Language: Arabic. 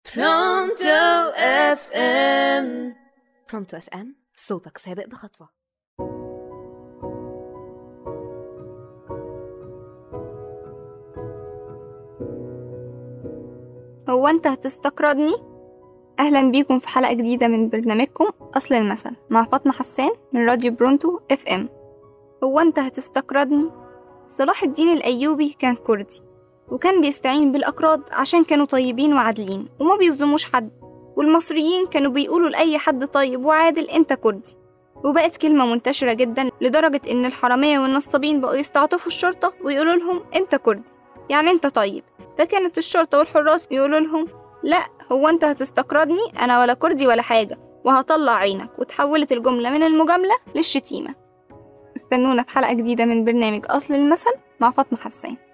برونتو اف ام. برونتو اف ام، صوتك سابق بخطوة. هو انت هتستقرضني؟ اهلا بيكم في حلقة جديدة من برنامجكم اصل المثل مع فاطمة حسان من راديو برونتو اف ام. هو انت هتستقرضني؟ صلاح الدين الايوبي كان كردي، وكان بيستعين بالاقراض عشان كانوا طيبين وعادلين وما بيظلموش حد، والمصريين كانوا بيقولوا لاي حد طيب وعادل انت كردي، وبقت كلمة منتشرة جدا لدرجة ان الحرامية والنصابين بقوا يستعطفوا الشرطة ويقولوا لهم انت كردي يعني انت طيب، فكانت الشرطة والحراس يقولوا لهم لا، هو انت هتستقرضني؟ انا ولا كردي ولا حاجة وهطلع عينك، وتحولت الجملة من المجاملة للشتيمة. استنونا في حلقة جديدة من برنامج أصل المثل مع فاطمة حسان.